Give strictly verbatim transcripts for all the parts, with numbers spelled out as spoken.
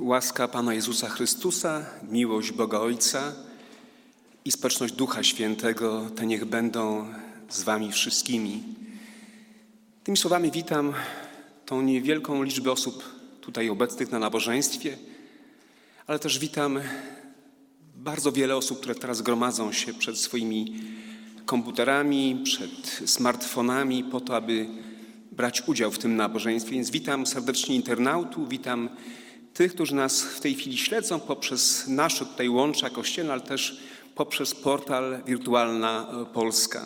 Łaska Pana Jezusa Chrystusa, miłość Boga Ojca i społeczność Ducha Świętego, te niech będą z wami wszystkimi. Tymi słowami witam tą niewielką liczbę osób tutaj obecnych na nabożeństwie, ale też witam bardzo wiele osób, które teraz gromadzą się przed swoimi komputerami, przed smartfonami po to, aby brać udział w tym nabożeństwie. Więc witam serdecznie internautów, witam tych, którzy nas w tej chwili śledzą poprzez nasze tutaj łącza kościelne, ale też poprzez portal Wirtualna Polska.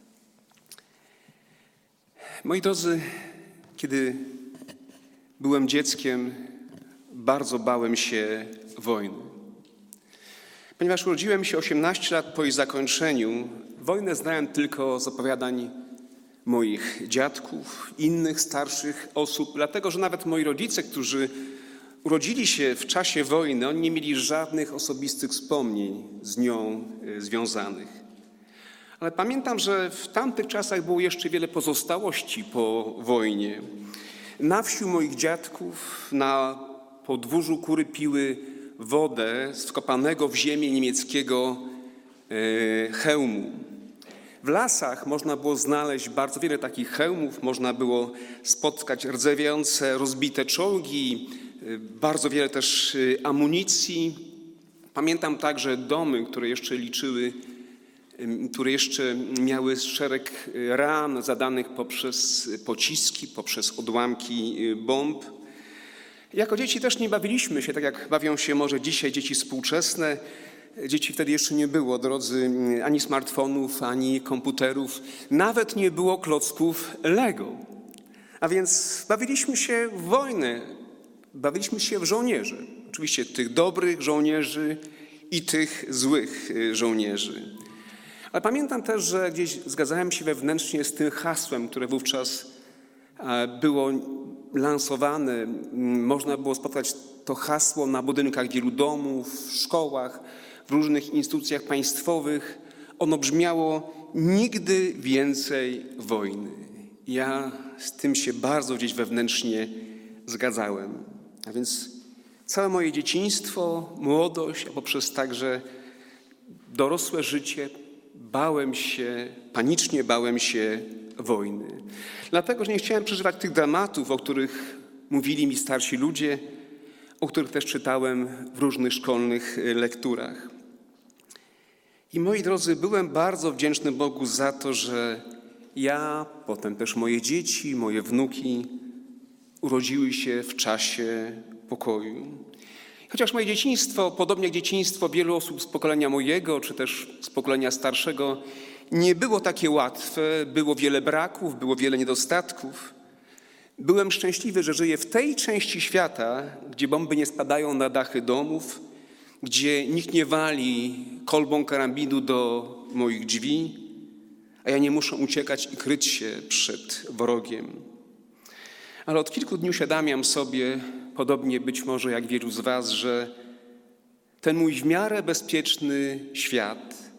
Moi drodzy, kiedy byłem dzieckiem, bardzo bałem się wojny. Ponieważ urodziłem się osiemnaście lat po jej zakończeniu, wojnę znałem tylko z opowiadań moich dziadków, innych starszych osób, dlatego że nawet moi rodzice, którzy urodzili się w czasie wojny, oni nie mieli żadnych osobistych wspomnień z nią związanych. Ale pamiętam, że w tamtych czasach było jeszcze wiele pozostałości po wojnie. Na wsi moich dziadków, na podwórzu kury piły wodę z wkopanego w ziemię niemieckiego hełmu. W lasach można było znaleźć bardzo wiele takich hełmów, można było spotkać rdzewiejące, rozbite czołgi, bardzo wiele też amunicji. Pamiętam także domy, które jeszcze liczyły, które jeszcze miały szereg ran zadanych poprzez pociski, poprzez odłamki bomb. Jako dzieci też nie bawiliśmy się tak, jak bawią się może dzisiaj dzieci współczesne. Dzieci wtedy jeszcze nie było, drodzy, ani smartfonów, ani komputerów. Nawet nie było klocków Lego. A więc bawiliśmy się w wojnę, bawiliśmy się w żołnierzy. Oczywiście tych dobrych żołnierzy i tych złych żołnierzy. Ale pamiętam też, że gdzieś zgadzałem się wewnętrznie z tym hasłem, które wówczas było lansowane. Można było spotkać to hasło na budynkach wielu domów, w szkołach, w różnych instytucjach państwowych. Ono brzmiało: nigdy więcej wojny. Ja z tym się bardzo gdzieś wewnętrznie zgadzałem. A więc całe moje dzieciństwo, młodość, a poprzez także dorosłe życie bałem się, panicznie bałem się wojny. Dlatego, że nie chciałem przeżywać tych dramatów, o których mówili mi starsi ludzie, o których też czytałem w różnych szkolnych lekturach. I moi drodzy, byłem bardzo wdzięczny Bogu za to, że ja, potem też moje dzieci, moje wnuki urodziły się w czasie pokoju. Chociaż moje dzieciństwo, podobnie jak dzieciństwo wielu osób z pokolenia mojego, czy też z pokolenia starszego, nie było takie łatwe, było wiele braków, było wiele niedostatków. Byłem szczęśliwy, że żyję w tej części świata, gdzie bomby nie spadają na dachy domów, gdzie nikt nie wali kolbą karabinu do moich drzwi, a ja nie muszę uciekać i kryć się przed wrogiem. Ale od kilku dni uświadamiam sobie, podobnie być może jak wielu z was, że ten mój w miarę bezpieczny świat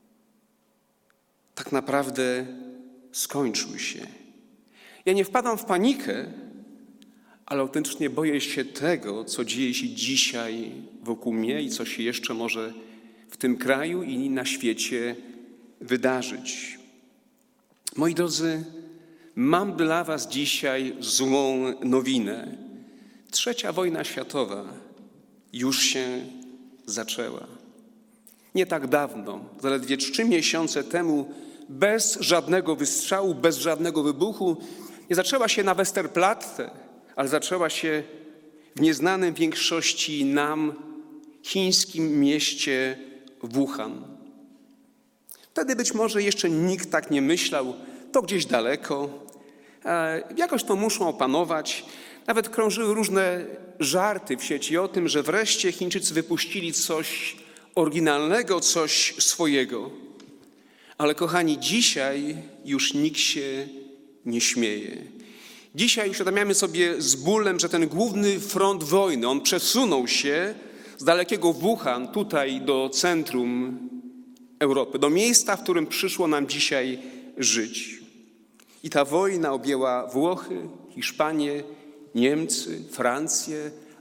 tak naprawdę skończył się. Ja nie wpadam w panikę, ale autentycznie boję się tego, co dzieje się dzisiaj wokół mnie i co się jeszcze może w tym kraju i na świecie wydarzyć. Moi drodzy, mam dla was dzisiaj złą nowinę. Trzecia wojna światowa już się zaczęła. Nie tak dawno, zaledwie trzy miesiące temu, bez żadnego wystrzału, bez żadnego wybuchu, nie zaczęła się na Westerplatte, ale zaczęła się w nieznanym większości nam chińskim mieście Wuhan. Wtedy być może jeszcze nikt tak nie myślał, to gdzieś daleko, jakoś to muszą opanować. Nawet krążyły różne żarty w sieci o tym, że wreszcie Chińczycy wypuścili coś oryginalnego, coś swojego. Ale kochani, dzisiaj już nikt się nie śmieje. Dzisiaj uświadamiamy sobie z bólem, że ten główny front wojny, on przesunął się z dalekiego Wuhan tutaj do centrum Europy, do miejsca, w którym przyszło nam dzisiaj żyć. I ta wojna objęła Włochy, Hiszpanię, Niemcy, Francję,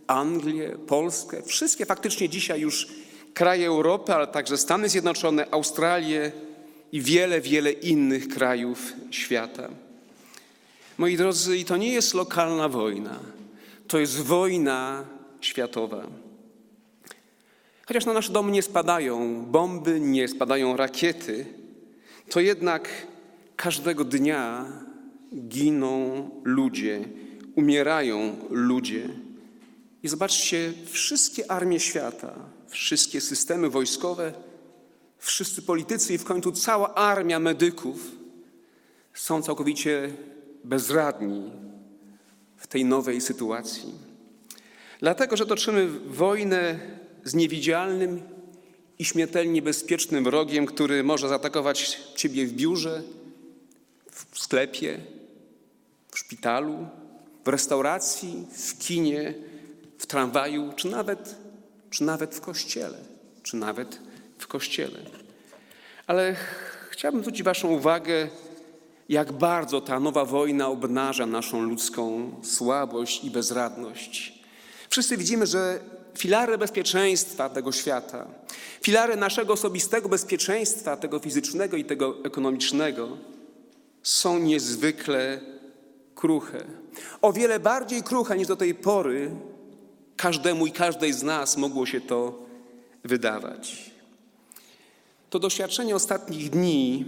Anglię, Polskę, wszystkie faktycznie dzisiaj już kraje Europy, ale także Stany Zjednoczone, Australię i wiele, wiele innych krajów świata. Moi drodzy, i to nie jest lokalna wojna, to jest wojna światowa. Chociaż na nasz dom nie spadają bomby, nie spadają rakiety, to jednak każdego dnia giną ludzie, umierają ludzie. I zobaczcie, wszystkie armie świata, wszystkie systemy wojskowe, wszyscy politycy i w końcu cała armia medyków są całkowicie bezradni w tej nowej sytuacji. Dlatego, że toczymy wojnę z niewidzialnym i śmiertelnie bezpiecznym wrogiem, który może zaatakować ciebie w biurze, w sklepie, w szpitalu, w restauracji, w kinie, w tramwaju, czy nawet, czy nawet w kościele, czy nawet w kościele. Ale chciałbym zwrócić waszą uwagę, jak bardzo ta nowa wojna obnaża naszą ludzką słabość i bezradność. Wszyscy widzimy, że filary bezpieczeństwa tego świata, filary naszego osobistego bezpieczeństwa, tego fizycznego i tego ekonomicznego, są niezwykle kruche. O wiele bardziej kruche niż do tej pory każdemu i każdej z nas mogło się to wydawać. To doświadczenie ostatnich dni,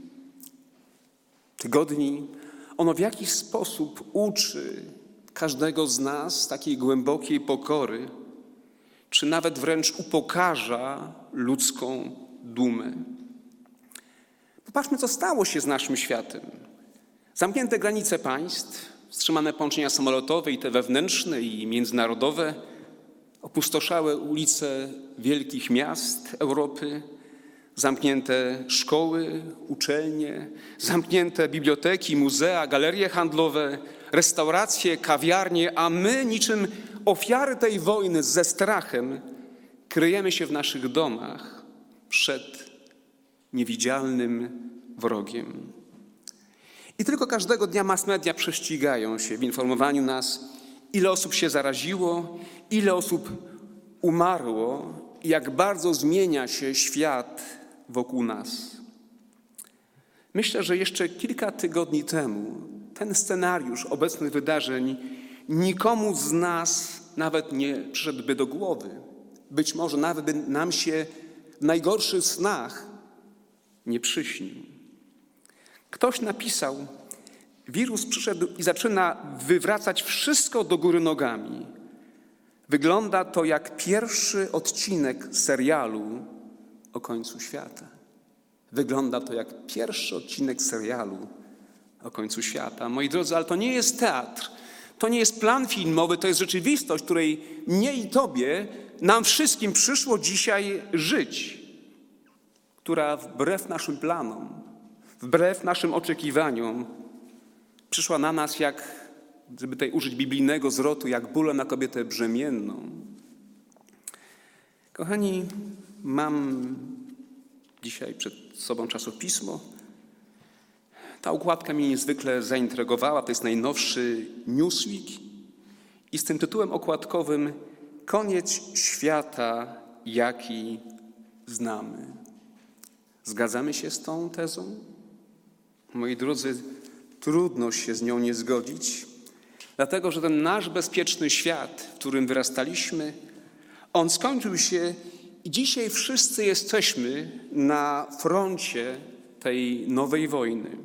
tygodni, ono w jakiś sposób uczy każdego z nas takiej głębokiej pokory, czy nawet wręcz upokarza ludzką dumę. Popatrzmy, co stało się z naszym światem. Zamknięte granice państw, wstrzymane połączenia samolotowe i te wewnętrzne i międzynarodowe, opustoszałe ulice wielkich miast Europy, zamknięte szkoły, uczelnie, zamknięte biblioteki, muzea, galerie handlowe, restauracje, kawiarnie, a my niczym ofiary tej wojny ze strachem kryjemy się w naszych domach przed niewidzialnym wrogiem. I tylko każdego dnia mass media prześcigają się w informowaniu nas, ile osób się zaraziło, ile osób umarło i jak bardzo zmienia się świat wokół nas. Myślę, że jeszcze kilka tygodni temu ten scenariusz obecnych wydarzeń nikomu z nas nawet nie przyszedłby do głowy. Być może nawet by nam się w najgorszych snach nie przyśnił. Ktoś napisał, wirus przyszedł i zaczyna wywracać wszystko do góry nogami. Wygląda to jak pierwszy odcinek serialu o końcu świata. Wygląda to jak pierwszy odcinek serialu o końcu świata. Moi drodzy, ale to nie jest teatr, to nie jest plan filmowy, to jest rzeczywistość, której mnie i tobie, nam wszystkim przyszło dzisiaj żyć, która wbrew naszym planom, wbrew naszym oczekiwaniom przyszła na nas jak, żeby tutaj użyć biblijnego zwrotu, jak bóle na kobietę brzemienną. Kochani, mam dzisiaj przed sobą czasopismo. Ta układka mnie niezwykle zaintrygowała. To jest najnowszy Newsweek i z tym tytułem okładkowym Koniec świata, jaki znamy. Zgadzamy się z tą tezą? Moi drodzy, trudno się z nią nie zgodzić, dlatego że ten nasz bezpieczny świat, w którym wyrastaliśmy, on skończył się i dzisiaj wszyscy jesteśmy na froncie tej nowej wojny.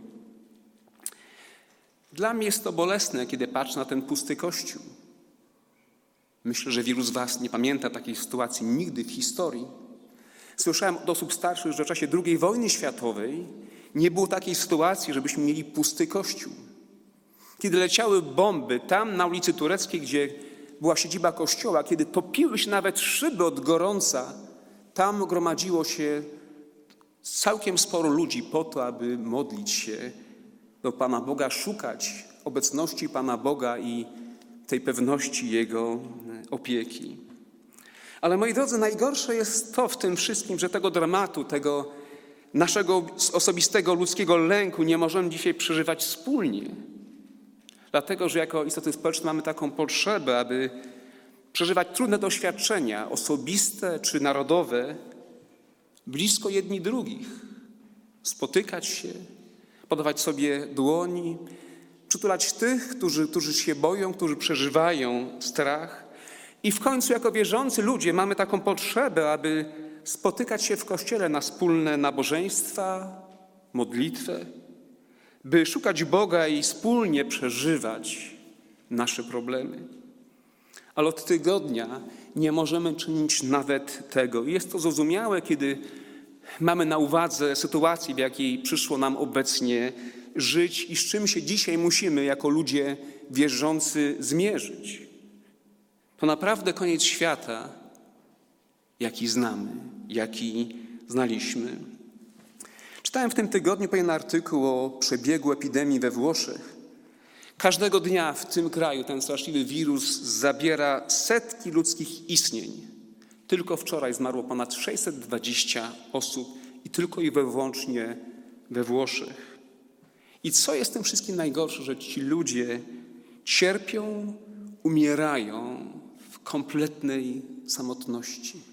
Dla mnie jest to bolesne, kiedy patrzę na ten pusty Kościół. Myślę, że wielu z was nie pamięta takiej sytuacji nigdy w historii. Słyszałem od osób starszych, że w czasie drugiej wojny światowej nie było takiej sytuacji, żebyśmy mieli pusty Kościół. Kiedy leciały bomby tam na ulicy Tureckiej, gdzie była siedziba kościoła, kiedy topiły się nawet szyby od gorąca, tam gromadziło się całkiem sporo ludzi po to, aby modlić się do Pana Boga, szukać obecności Pana Boga i tej pewności Jego opieki. Ale moi drodzy, najgorsze jest to w tym wszystkim, że tego dramatu, tego naszego osobistego ludzkiego lęku nie możemy dzisiaj przeżywać wspólnie. Dlatego, że jako istoty społeczne mamy taką potrzebę, aby przeżywać trudne doświadczenia osobiste czy narodowe blisko jedni drugich, spotykać się, podawać sobie dłoni, przytulać tych, którzy, którzy się boją, którzy przeżywają strach. I w końcu jako wierzący ludzie mamy taką potrzebę, aby spotykać się w Kościele na wspólne nabożeństwa, modlitwę, by szukać Boga i wspólnie przeżywać nasze problemy. Ale od tygodnia nie możemy czynić nawet tego. I jest to zrozumiałe, kiedy mamy na uwadze sytuację, w jakiej przyszło nam obecnie żyć i z czym się dzisiaj musimy jako ludzie wierzący zmierzyć. To naprawdę koniec świata, jaki znamy, jaki znaliśmy. Czytałem w tym tygodniu pewien artykuł o przebiegu epidemii we Włoszech. Każdego dnia w tym kraju ten straszliwy wirus zabiera setki ludzkich istnień. Tylko wczoraj zmarło ponad sześćset dwadzieścia osób i tylko i wyłącznie we Włoszech. I co jest tym wszystkim najgorsze, że ci ludzie cierpią, umierają w kompletnej samotności.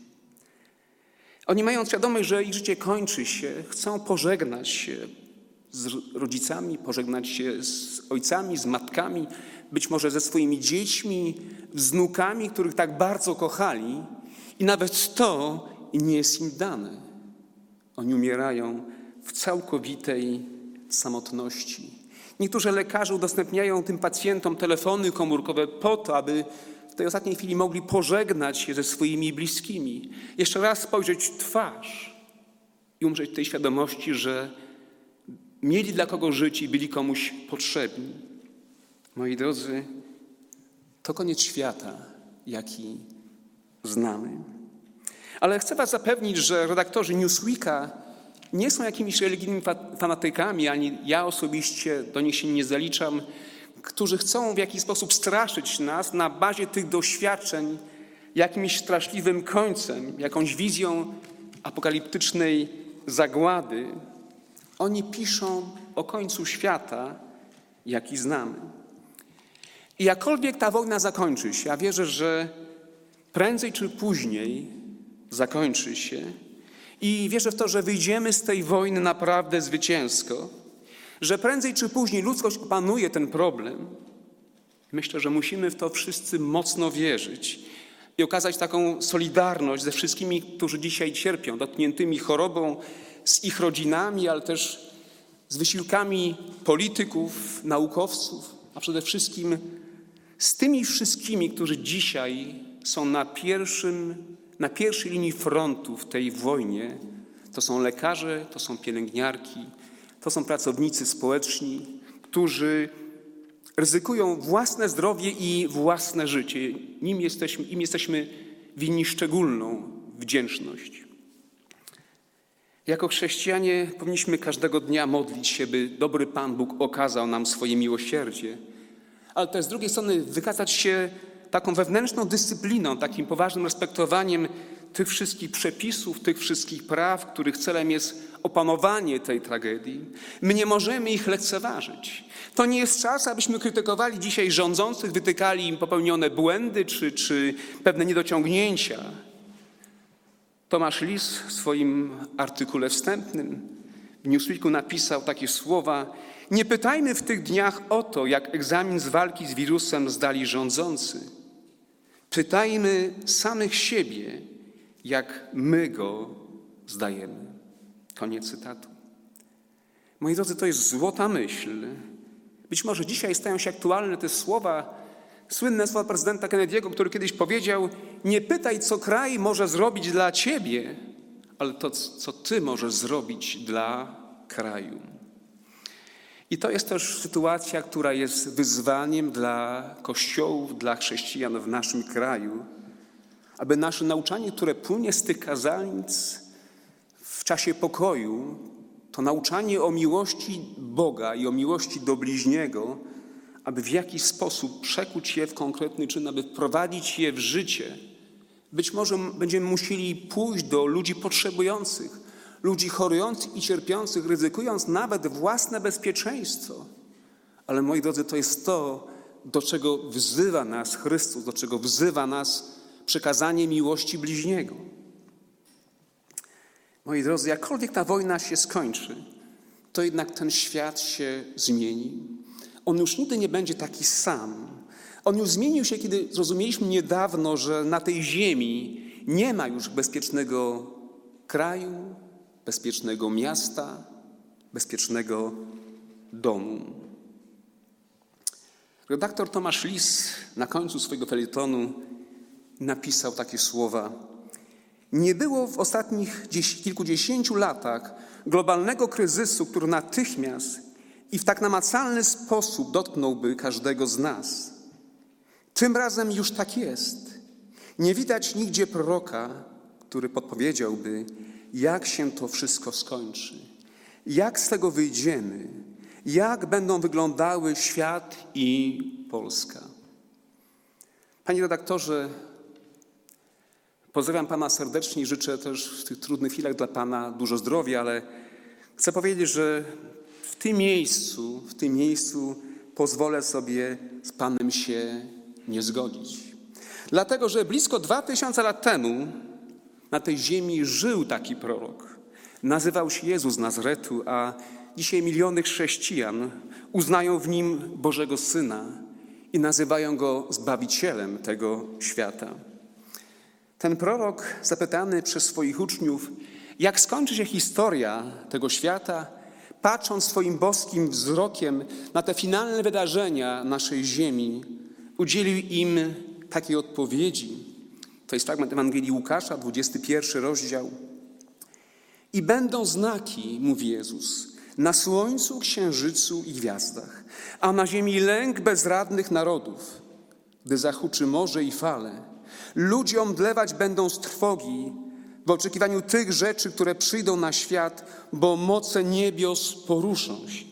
Oni mają świadomość, że ich życie kończy się, chcą pożegnać się z rodzicami, pożegnać się z ojcami, z matkami, być może ze swoimi dziećmi, wnukami, których tak bardzo kochali i nawet to nie jest im dane. Oni umierają w całkowitej samotności. Niektórzy lekarze udostępniają tym pacjentom telefony komórkowe po to, aby w tej ostatniej chwili mogli pożegnać się ze swoimi bliskimi. Jeszcze raz spojrzeć w twarz i umrzeć w tej świadomości, że mieli dla kogo żyć i byli komuś potrzebni. Moi drodzy, to koniec świata, jaki znamy. Ale chcę was zapewnić, że redaktorzy Newsweeka nie są jakimiś religijnymi fanatykami, ani ja osobiście do nich się nie zaliczam, którzy chcą w jakiś sposób straszyć nas na bazie tych doświadczeń jakimś straszliwym końcem, jakąś wizją apokaliptycznej zagłady. Oni piszą o końcu świata, jaki znamy. I jakkolwiek ta wojna zakończy się, ja wierzę, że prędzej czy później zakończy się i wierzę w to, że wyjdziemy z tej wojny naprawdę zwycięsko, że prędzej czy później ludzkość opanuje ten problem. Myślę, że musimy w to wszyscy mocno wierzyć i okazać taką solidarność ze wszystkimi, którzy dzisiaj cierpią, dotkniętymi chorobą, z ich rodzinami, ale też z wysiłkami polityków, naukowców, a przede wszystkim z tymi wszystkimi, którzy dzisiaj są na pierwszym, na pierwszej linii frontu w tej wojnie. To są lekarze, to są pielęgniarki, to są pracownicy społeczni, którzy ryzykują własne zdrowie i własne życie. Nim jesteśmy, im jesteśmy winni szczególną wdzięczność. Jako chrześcijanie powinniśmy każdego dnia modlić się, by dobry Pan Bóg okazał nam swoje miłosierdzie, ale też z drugiej strony wykazać się taką wewnętrzną dyscypliną, takim poważnym respektowaniem tych wszystkich przepisów, tych wszystkich praw, których celem jest opanowanie tej tragedii. My nie możemy ich lekceważyć. To nie jest czas, abyśmy krytykowali dzisiaj rządzących, wytykali im popełnione błędy czy, czy pewne niedociągnięcia. Tomasz Lis w swoim artykule wstępnym w Newsweeku napisał takie słowa: nie pytajmy w tych dniach o to, jak egzamin z walki z wirusem zdali rządzący. Pytajmy samych siebie, jak my go zdajemy. Koniec cytatu. Moi drodzy, to jest złota myśl. Być może dzisiaj stają się aktualne te słowa, słynne słowa prezydenta Kennedy'ego, który kiedyś powiedział: nie pytaj, co kraj może zrobić dla ciebie, ale to, co ty możesz zrobić dla kraju. I to jest też sytuacja, która jest wyzwaniem dla kościołów, dla chrześcijan w naszym kraju, aby nasze nauczanie, które płynie z tych kazalnic w czasie pokoju, to nauczanie o miłości Boga i o miłości do bliźniego, aby w jakiś sposób przekuć je w konkretny czyn, aby wprowadzić je w życie. Być może będziemy musieli pójść do ludzi potrzebujących, ludzi chorujących i cierpiących, ryzykując nawet własne bezpieczeństwo. Ale moi drodzy, to jest to, do czego wzywa nas Chrystus, do czego wzywa nas przekazanie miłości bliźniego. Moi drodzy, jakkolwiek ta wojna się skończy, to jednak ten świat się zmieni. On już nigdy nie będzie taki sam. On już zmienił się, kiedy zrozumieliśmy niedawno, że na tej ziemi nie ma już bezpiecznego kraju, bezpiecznego miasta, bezpiecznego domu. Redaktor Tomasz Lis na końcu swojego felietonu napisał takie słowa: nie było w ostatnich kilkudziesięciu latach globalnego kryzysu, który natychmiast i w tak namacalny sposób dotknąłby każdego z nas. Tym razem już tak jest. Nie widać nigdzie proroka, który podpowiedziałby, jak się to wszystko skończy, jak z tego wyjdziemy, jak będą wyglądały świat i Polska. Panie redaktorze, pozdrawiam Pana serdecznie i życzę też w tych trudnych chwilach dla Pana dużo zdrowia, ale chcę powiedzieć, że w tym miejscu, w tym miejscu pozwolę sobie z Panem się nie zgodzić. Dlatego, że blisko dwa tysiące lat temu na tej ziemi żył taki prorok. Nazywał się Jezus z Nazaretu, a dzisiaj miliony chrześcijan uznają w Nim Bożego Syna i nazywają Go Zbawicielem tego świata. Ten prorok, zapytany przez swoich uczniów, jak skończy się historia tego świata, patrząc swoim boskim wzrokiem na te finalne wydarzenia naszej ziemi, udzielił im takiej odpowiedzi. To jest fragment Ewangelii Łukasza, dwudziesty pierwszy rozdział. I będą znaki, mówi Jezus, na słońcu, księżycu i gwiazdach, a na ziemi lęk bezradnych narodów, gdy zahuczy morze i fale. Ludzie omdlewać będą z trwogi w oczekiwaniu tych rzeczy, które przyjdą na świat, bo moce niebios poruszą się.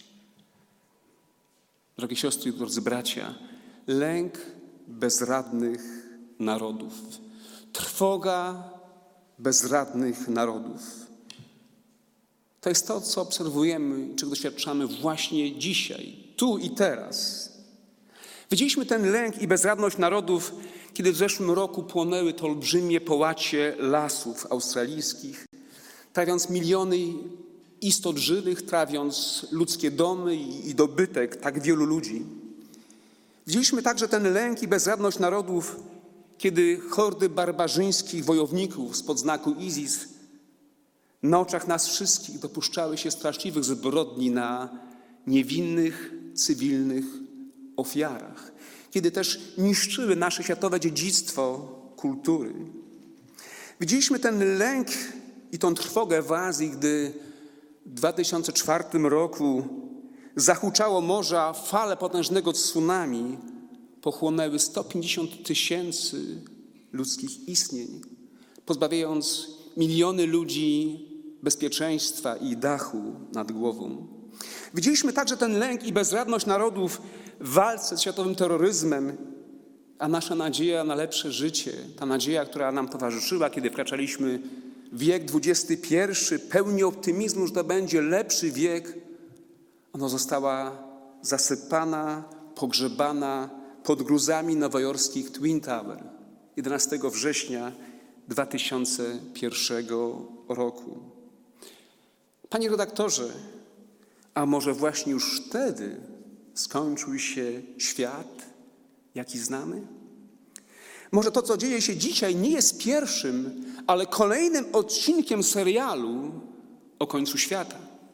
Drogie siostry i drodzy bracia, lęk bezradnych narodów, trwoga bezradnych narodów. To jest to, co obserwujemy, czego doświadczamy właśnie dzisiaj, tu i teraz. Widzieliśmy ten lęk i bezradność narodów, kiedy w zeszłym roku płonęły te olbrzymie połacie lasów australijskich, trawiąc miliony istot żywych, trawiąc ludzkie domy i dobytek tak wielu ludzi. Widzieliśmy także ten lęk i bezradność narodów, kiedy hordy barbarzyńskich wojowników spod znaku ISIS na oczach nas wszystkich dopuszczały się straszliwych zbrodni na niewinnych, cywilnych ofiarach. Kiedy też niszczyły nasze światowe dziedzictwo kultury. Widzieliśmy ten lęk i tą trwogę w Azji, gdy w dwa tysiące czwartym roku zahuczało morza, fale potężnego tsunami pochłonęły sto pięćdziesiąt tysięcy ludzkich istnień, pozbawiając miliony ludzi bezpieczeństwa i dachu nad głową. Widzieliśmy także ten lęk i bezradność narodów w walce z światowym terroryzmem, a nasza nadzieja na lepsze życie, ta nadzieja, która nam towarzyszyła, kiedy wkraczaliśmy w wiek dwudziesty pierwszy, pełni optymizmu, że to będzie lepszy wiek, ona została zasypana, pogrzebana pod gruzami nowojorskich Twin Tower jedenastego września dwa tysiące pierwszego roku. Panie redaktorze, a może właśnie już wtedy skończył się świat, jaki znamy? Może to, co dzieje się dzisiaj, nie jest pierwszym, ale kolejnym odcinkiem serialu o końcu świata.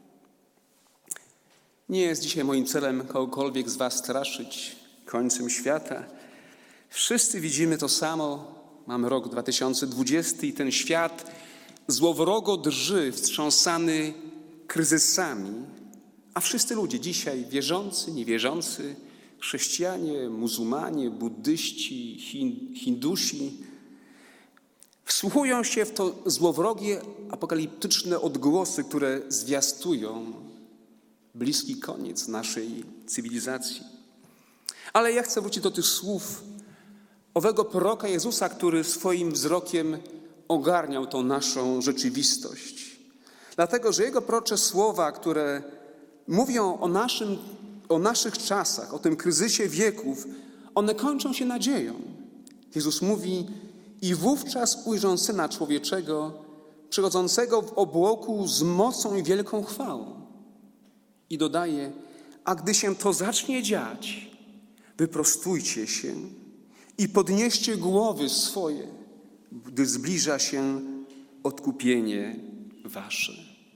Nie jest dzisiaj moim celem kogokolwiek z was straszyć końcem świata. Wszyscy widzimy to samo. Mamy rok dwa tysiące dwudziesty i ten świat złowrogo drży, wstrząsany kryzysami. A wszyscy ludzie dzisiaj, wierzący, niewierzący, chrześcijanie, muzułmanie, buddyści, hin, hindusi, wsłuchują się w to złowrogie, apokaliptyczne odgłosy, które zwiastują bliski koniec naszej cywilizacji. Ale ja chcę wrócić do tych słów owego proroka Jezusa, który swoim wzrokiem ogarniał tą naszą rzeczywistość. Dlatego, że jego prorocze słowa, które mówią o naszym o naszych czasach, o tym kryzysie wieków, one kończą się nadzieją. Jezus mówi: i wówczas ujrzą Syna Człowieczego, przychodzącego w obłoku z mocą i wielką chwałą. I dodaje: a gdy się to zacznie dziać, wyprostujcie się i podnieście głowy swoje, gdy zbliża się odkupienie wasze.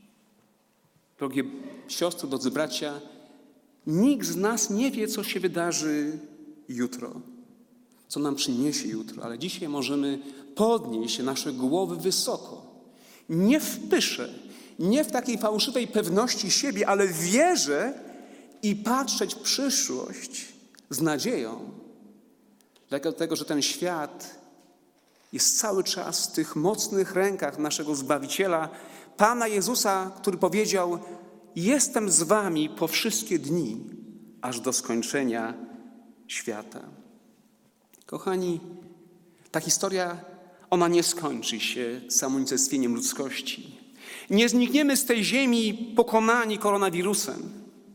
Drogie siostry, drodzy bracia, nikt z nas nie wie, co się wydarzy jutro, co nam przyniesie jutro, ale dzisiaj możemy podnieść nasze głowy wysoko. Nie w pysze, nie w takiej fałszywej pewności siebie, ale w wierze i patrzeć w przyszłość z nadzieją. Dlatego, że ten świat jest cały czas w tych mocnych rękach naszego Zbawiciela, Pana Jezusa, który powiedział: jestem z wami po wszystkie dni, aż do skończenia świata. Kochani, ta historia, ona nie skończy się samounicestwieniem ludzkości. Nie znikniemy z tej ziemi pokonani koronawirusem.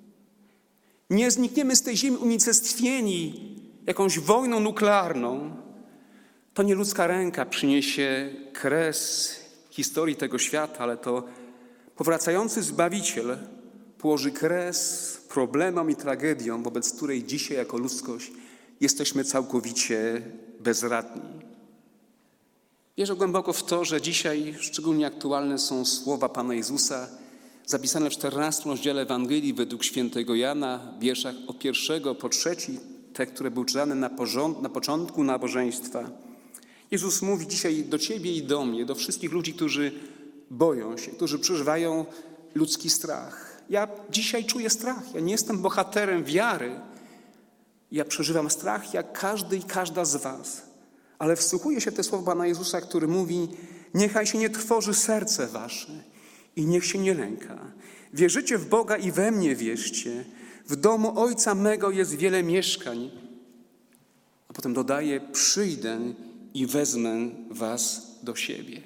Nie znikniemy z tej ziemi unicestwieni jakąś wojną nuklearną. To nie ludzka ręka przyniesie kres historii tego świata, ale to powracający Zbawiciel położy kres problemom i tragediom, wobec której dzisiaj jako ludzkość jesteśmy całkowicie bezradni. Wierzę głęboko w to, że dzisiaj szczególnie aktualne są słowa Pana Jezusa zapisane w czternastym rozdziale Ewangelii według świętego Jana, w wierszach od pierwszego po trzeci, te, które były czytane na, porząd- na początku nabożeństwa. Jezus mówi dzisiaj do ciebie i do mnie, do wszystkich ludzi, którzy boją się, którzy przeżywają ludzki strach. Ja dzisiaj czuję strach. Ja nie jestem bohaterem wiary. Ja przeżywam strach jak każdy i każda z was. Ale wsłuchuję się w te słowa Pana Jezusa, który mówi: niechaj się nie trwoży serce wasze i niech się nie lęka. Wierzycie w Boga i we mnie wierzcie. W domu Ojca mego jest wiele mieszkań. A potem dodaje: przyjdę i wezmę was do siebie.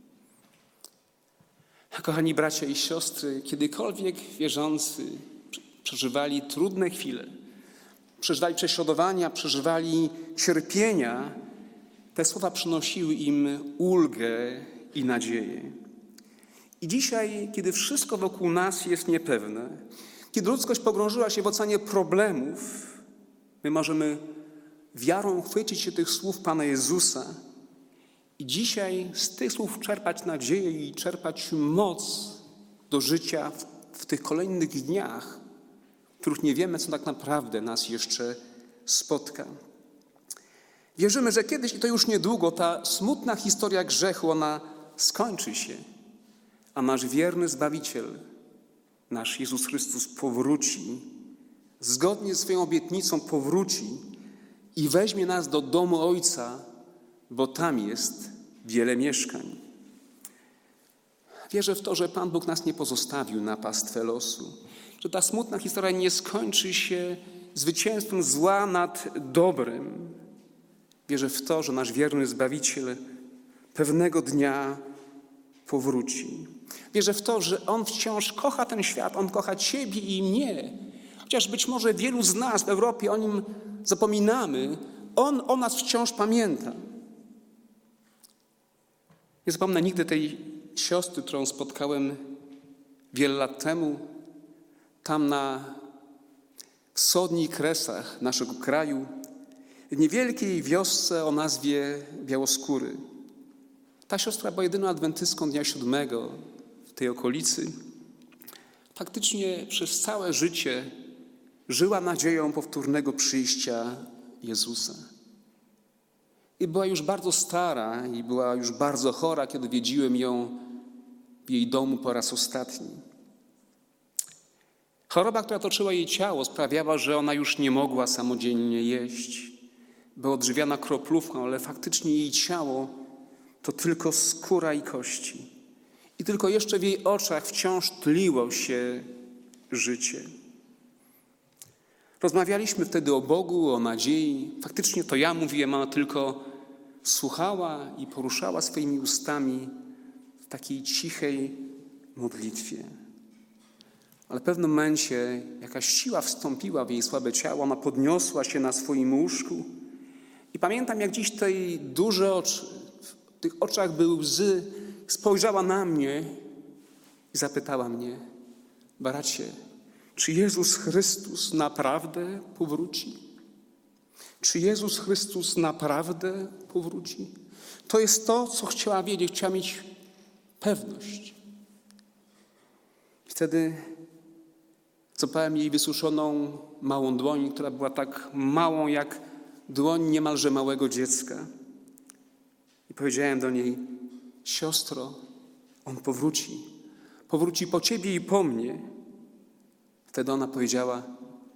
Kochani bracia i siostry, kiedykolwiek wierzący przeżywali trudne chwile, przeżywali prześladowania, przeżywali cierpienia, te słowa przynosiły im ulgę i nadzieję. I dzisiaj, kiedy wszystko wokół nas jest niepewne, kiedy ludzkość pogrążyła się w oceanie problemów, my możemy wiarą chwycić się tych słów Pana Jezusa i dzisiaj z tych słów czerpać nadzieję i czerpać moc do życia w, w tych kolejnych dniach, w których nie wiemy, co tak naprawdę nas jeszcze spotka. Wierzymy, że kiedyś, i to już niedługo, ta smutna historia grzechu, ona skończy się, a nasz wierny Zbawiciel, nasz Jezus Chrystus powróci, zgodnie z swoją obietnicą powróci i weźmie nas do domu Ojca, bo tam jest wiele mieszkań. Wierzę w to, że Pan Bóg nas nie pozostawił na pastwę losu, że ta smutna historia nie skończy się zwycięstwem zła nad dobrem. Wierzę w to, że nasz wierny Zbawiciel pewnego dnia powróci. Wierzę w to, że On wciąż kocha ten świat, On kocha ciebie i mnie. Chociaż być może wielu z nas w Europie o Nim zapominamy, On o nas wciąż pamięta. Nie zapomnę nigdy tej siostry, którą spotkałem wiele lat temu, tam na wschodnich kresach naszego kraju, w niewielkiej wiosce o nazwie Białoskóry. Ta siostra była jedyną adwentystką dnia siódmego w tej okolicy. Faktycznie przez całe życie żyła nadzieją powtórnego przyjścia Jezusa. I była już bardzo stara i była już bardzo chora, kiedy wiedziłem ją w jej domu po raz ostatni. Choroba, która toczyła jej ciało, sprawiała, że ona już nie mogła samodzielnie jeść. Była odżywiana kroplówką, ale faktycznie jej ciało to tylko skóra i kości. I tylko jeszcze w jej oczach wciąż tliło się życie. Rozmawialiśmy wtedy o Bogu, o nadziei. Faktycznie to ja mówiłem, ona tylko słuchała i poruszała swoimi ustami w takiej cichej modlitwie. Ale w pewnym momencie jakaś siła wstąpiła w jej słabe ciało, ona podniosła się na swoim łóżku. I pamiętam, jak dziś te jej duże oczy, w tych oczach były łzy, spojrzała na mnie i zapytała mnie: bracie, czy Jezus Chrystus naprawdę powróci? Czy Jezus Chrystus naprawdę powróci? To jest to, co chciała wiedzieć, chciała mieć pewność. Wtedy cofałem jej wysuszoną małą dłoń, która była tak małą jak dłoń niemalże małego dziecka. I powiedziałem do niej: siostro, On powróci. Powróci po ciebie i po mnie. Wtedy ona powiedziała: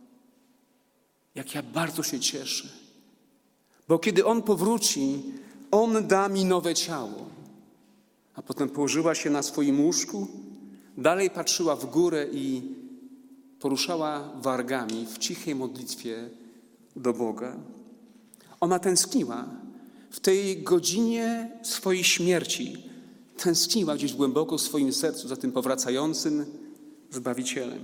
jak ja bardzo się cieszę, bo kiedy On powróci, On da mi nowe ciało. A potem położyła się na swoim łóżku, dalej patrzyła w górę i poruszała wargami w cichej modlitwie do Boga. Ona tęskniła w tej godzinie swojej śmierci. Tęskniła gdzieś głęboko w swoim sercu za tym powracającym Zbawicielem.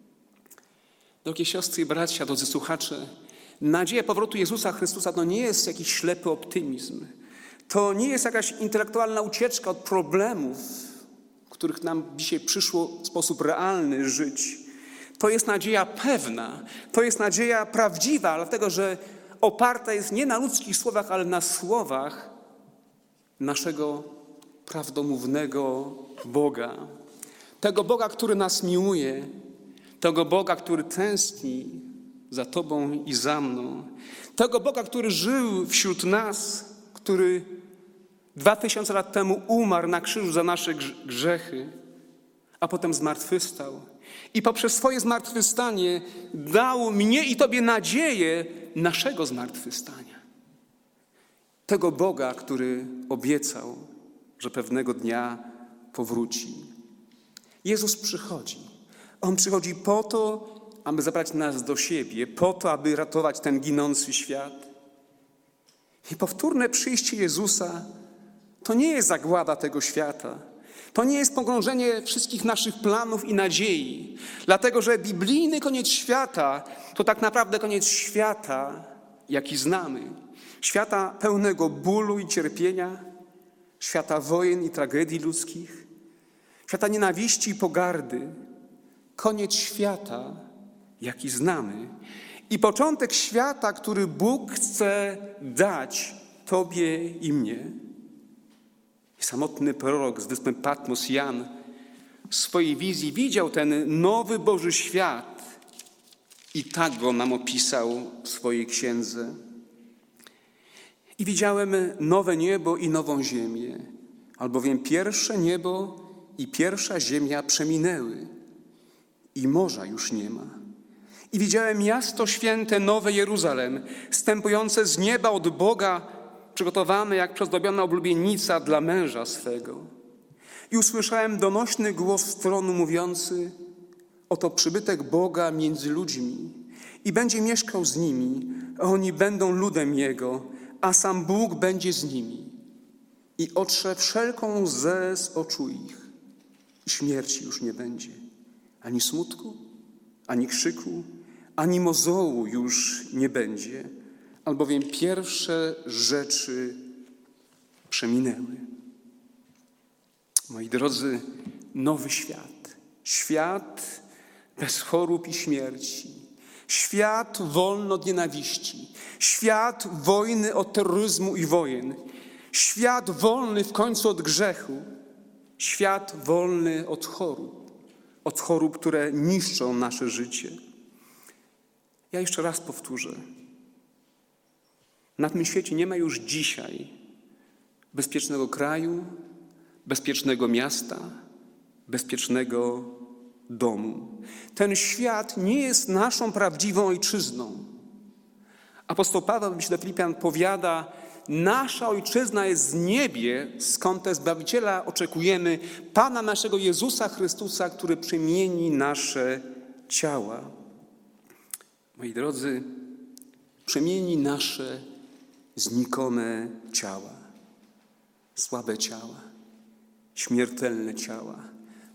Drogie siostry i bracia, drodzy słuchacze, nadzieja powrotu Jezusa Chrystusa to nie jest jakiś ślepy optymizm. To nie jest jakaś intelektualna ucieczka od problemów, których nam dzisiaj przyszło w sposób realny żyć. To jest nadzieja pewna, to jest nadzieja prawdziwa, dlatego że oparta jest nie na ludzkich słowach, ale na słowach naszego prawdomównego Boga. Tego Boga, który nas miłuje, tego Boga, który tęskni za Tobą i za mną. Tego Boga, który żył wśród nas, który dwa tysiące lat temu umarł na krzyżu za nasze grzechy, a potem zmartwychwstał. I poprzez swoje zmartwychwstanie dał mnie i Tobie nadzieję naszego zmartwychwstania. Tego Boga, który obiecał, że pewnego dnia powróci. Jezus przychodzi. On przychodzi po to, aby zabrać nas do siebie, po to, aby ratować ten ginący świat. I powtórne przyjście Jezusa to nie jest zagłada tego świata. To nie jest pogrążenie wszystkich naszych planów i nadziei. Dlatego, że biblijny koniec świata to tak naprawdę koniec świata, jaki znamy. Świata pełnego bólu i cierpienia, świata wojen i tragedii ludzkich, świata nienawiści i pogardy. Koniec świata, jaki znamy. I początek świata, który Bóg chce dać Tobie i mnie. I samotny prorok z wyspy Patmos, Jan, w swojej wizji widział ten nowy Boży świat i tak go nam opisał w swojej księdze. I widziałem nowe niebo i nową ziemię, albowiem pierwsze niebo i pierwsza ziemia przeminęły i morza już nie ma. I widziałem miasto święte, nowe Jeruzalem, zstępujące z nieba od Boga, przygotowane jak przyozdobiona oblubienica dla męża swego. I usłyszałem donośny głos z tronu mówiący: oto przybytek Boga między ludźmi i będzie mieszkał z nimi, a oni będą ludem Jego, a sam Bóg będzie z nimi. I otrze wszelką łzę z oczu ich. I śmierci już nie będzie, ani smutku, ani krzyku, ani mozołu już nie będzie, albowiem pierwsze rzeczy przeminęły. Moi drodzy, nowy świat. Świat bez chorób i śmierci. Świat wolny od nienawiści. Świat wolny od terroryzmu i wojen. Świat wolny w końcu od grzechu. Świat wolny od chorób. Od chorób, które niszczą nasze życie. Ja jeszcze raz powtórzę. Na tym świecie nie ma już dzisiaj bezpiecznego kraju, bezpiecznego miasta, bezpiecznego domu. Ten świat nie jest naszą prawdziwą ojczyzną. Apostoł Paweł w liście do Filipian powiada: nasza ojczyzna jest z niebie, skąd też Zbawiciela oczekujemy, Pana naszego Jezusa Chrystusa, który przemieni nasze ciała. Moi drodzy, przemieni nasze znikome ciała, słabe ciała, śmiertelne ciała,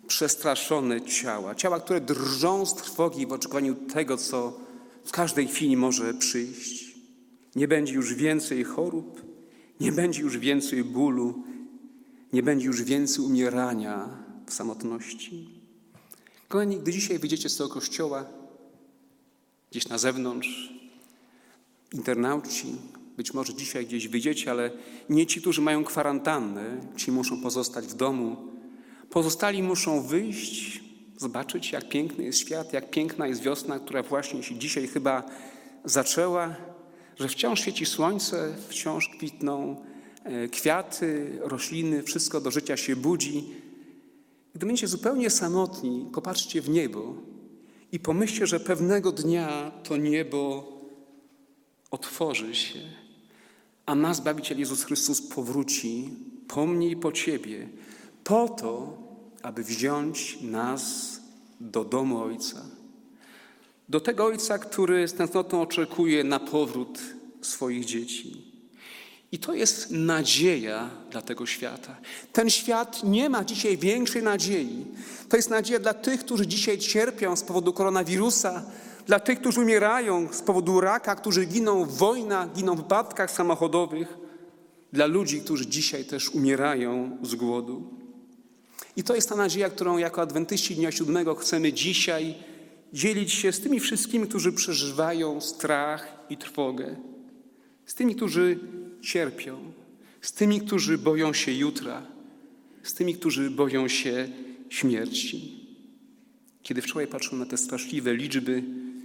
przestraszone ciała, ciała, które drżą z trwogi w oczekiwaniu tego, co w każdej chwili może przyjść. Nie będzie już więcej chorób, nie będzie już więcej bólu, nie będzie już więcej umierania w samotności. Kochani, gdy dzisiaj wyjdziecie z tego kościoła, gdzieś na zewnątrz, internauci, być może dzisiaj gdzieś wyjdziecie, ale nie ci, którzy mają kwarantannę, ci muszą pozostać w domu. Pozostali muszą wyjść, zobaczyć, jak piękny jest świat, jak piękna jest wiosna, która właśnie się dzisiaj chyba zaczęła, że wciąż świeci słońce, wciąż kwitną kwiaty, rośliny, wszystko do życia się budzi. Gdy będziecie zupełnie samotni, popatrzcie w niebo i pomyślcie, że pewnego dnia to niebo otworzy się, a nasz Zbawiciel Jezus Chrystus powróci po mnie i po ciebie, po to, aby wziąć nas do domu Ojca. Do tego Ojca, który z tęsknotą oczekuje na powrót swoich dzieci. I to jest nadzieja dla tego świata. Ten świat nie ma dzisiaj większej nadziei. To jest nadzieja dla tych, którzy dzisiaj cierpią z powodu koronawirusa, dla tych, którzy umierają z powodu raka, którzy giną w wojnach, giną w wypadkach samochodowych, dla ludzi, którzy dzisiaj też umierają z głodu. I to jest ta nadzieja, którą jako adwentyści Dnia Siódmego chcemy dzisiaj dzielić się z tymi wszystkimi, którzy przeżywają strach i trwogę, z tymi, którzy cierpią, z tymi, którzy boją się jutra, z tymi, którzy boją się śmierci. Kiedy wczoraj patrzyłem na te straszliwe liczby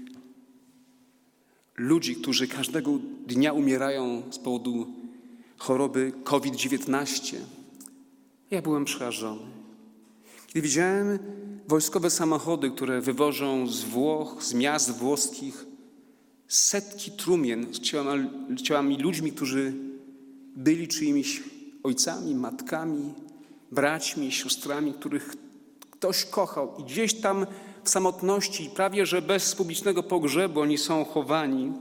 ludzi, którzy każdego dnia umierają z powodu choroby kowid dziewiętnaście, ja byłem przerażony. Kiedy widziałem wojskowe samochody, które wywożą z Włoch, z miast włoskich setki trumien z ciałami, ciałami ludźmi, którzy byli czyimiś ojcami, matkami, braćmi, siostrami, których ktoś kochał i gdzieś tam w samotności, prawie że bez publicznego pogrzebu oni są chowani.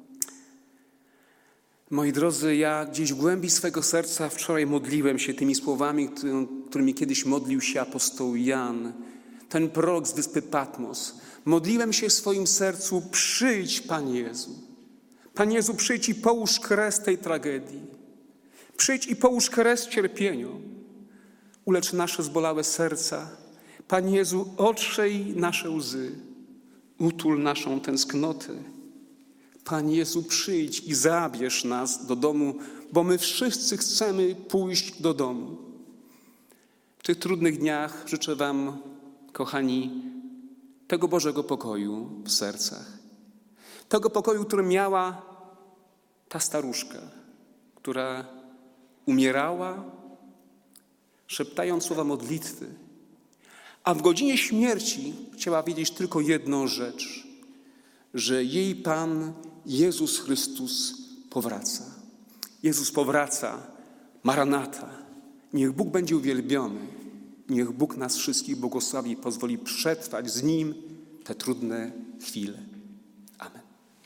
Moi drodzy, ja gdzieś w głębi swego serca wczoraj modliłem się tymi słowami, którymi kiedyś modlił się apostoł Jan, ten prorok z wyspy Patmos. Modliłem się w swoim sercu: przyjdź, Panie Jezu. Panie Jezu, przyjdź i połóż kres tej tragedii. Przyjdź i połóż kres cierpieniu. Ulecz nasze zbolałe serca. Panie Jezu, otrzyj nasze łzy. Utul naszą tęsknotę. Panie Jezu, przyjdź i zabierz nas do domu, bo my wszyscy chcemy pójść do domu. W tych trudnych dniach życzę wam, kochani, tego Bożego pokoju w sercach. Tego pokoju, który miała ta staruszka, która umierała, szeptając słowa modlitwy, a w godzinie śmierci chciała wiedzieć tylko jedną rzecz, że jej Pan Jezus Chrystus powraca. Jezus powraca, Maranata. Niech Bóg będzie uwielbiony. Niech Bóg nas wszystkich błogosławi i pozwoli przetrwać z Nim te trudne chwile.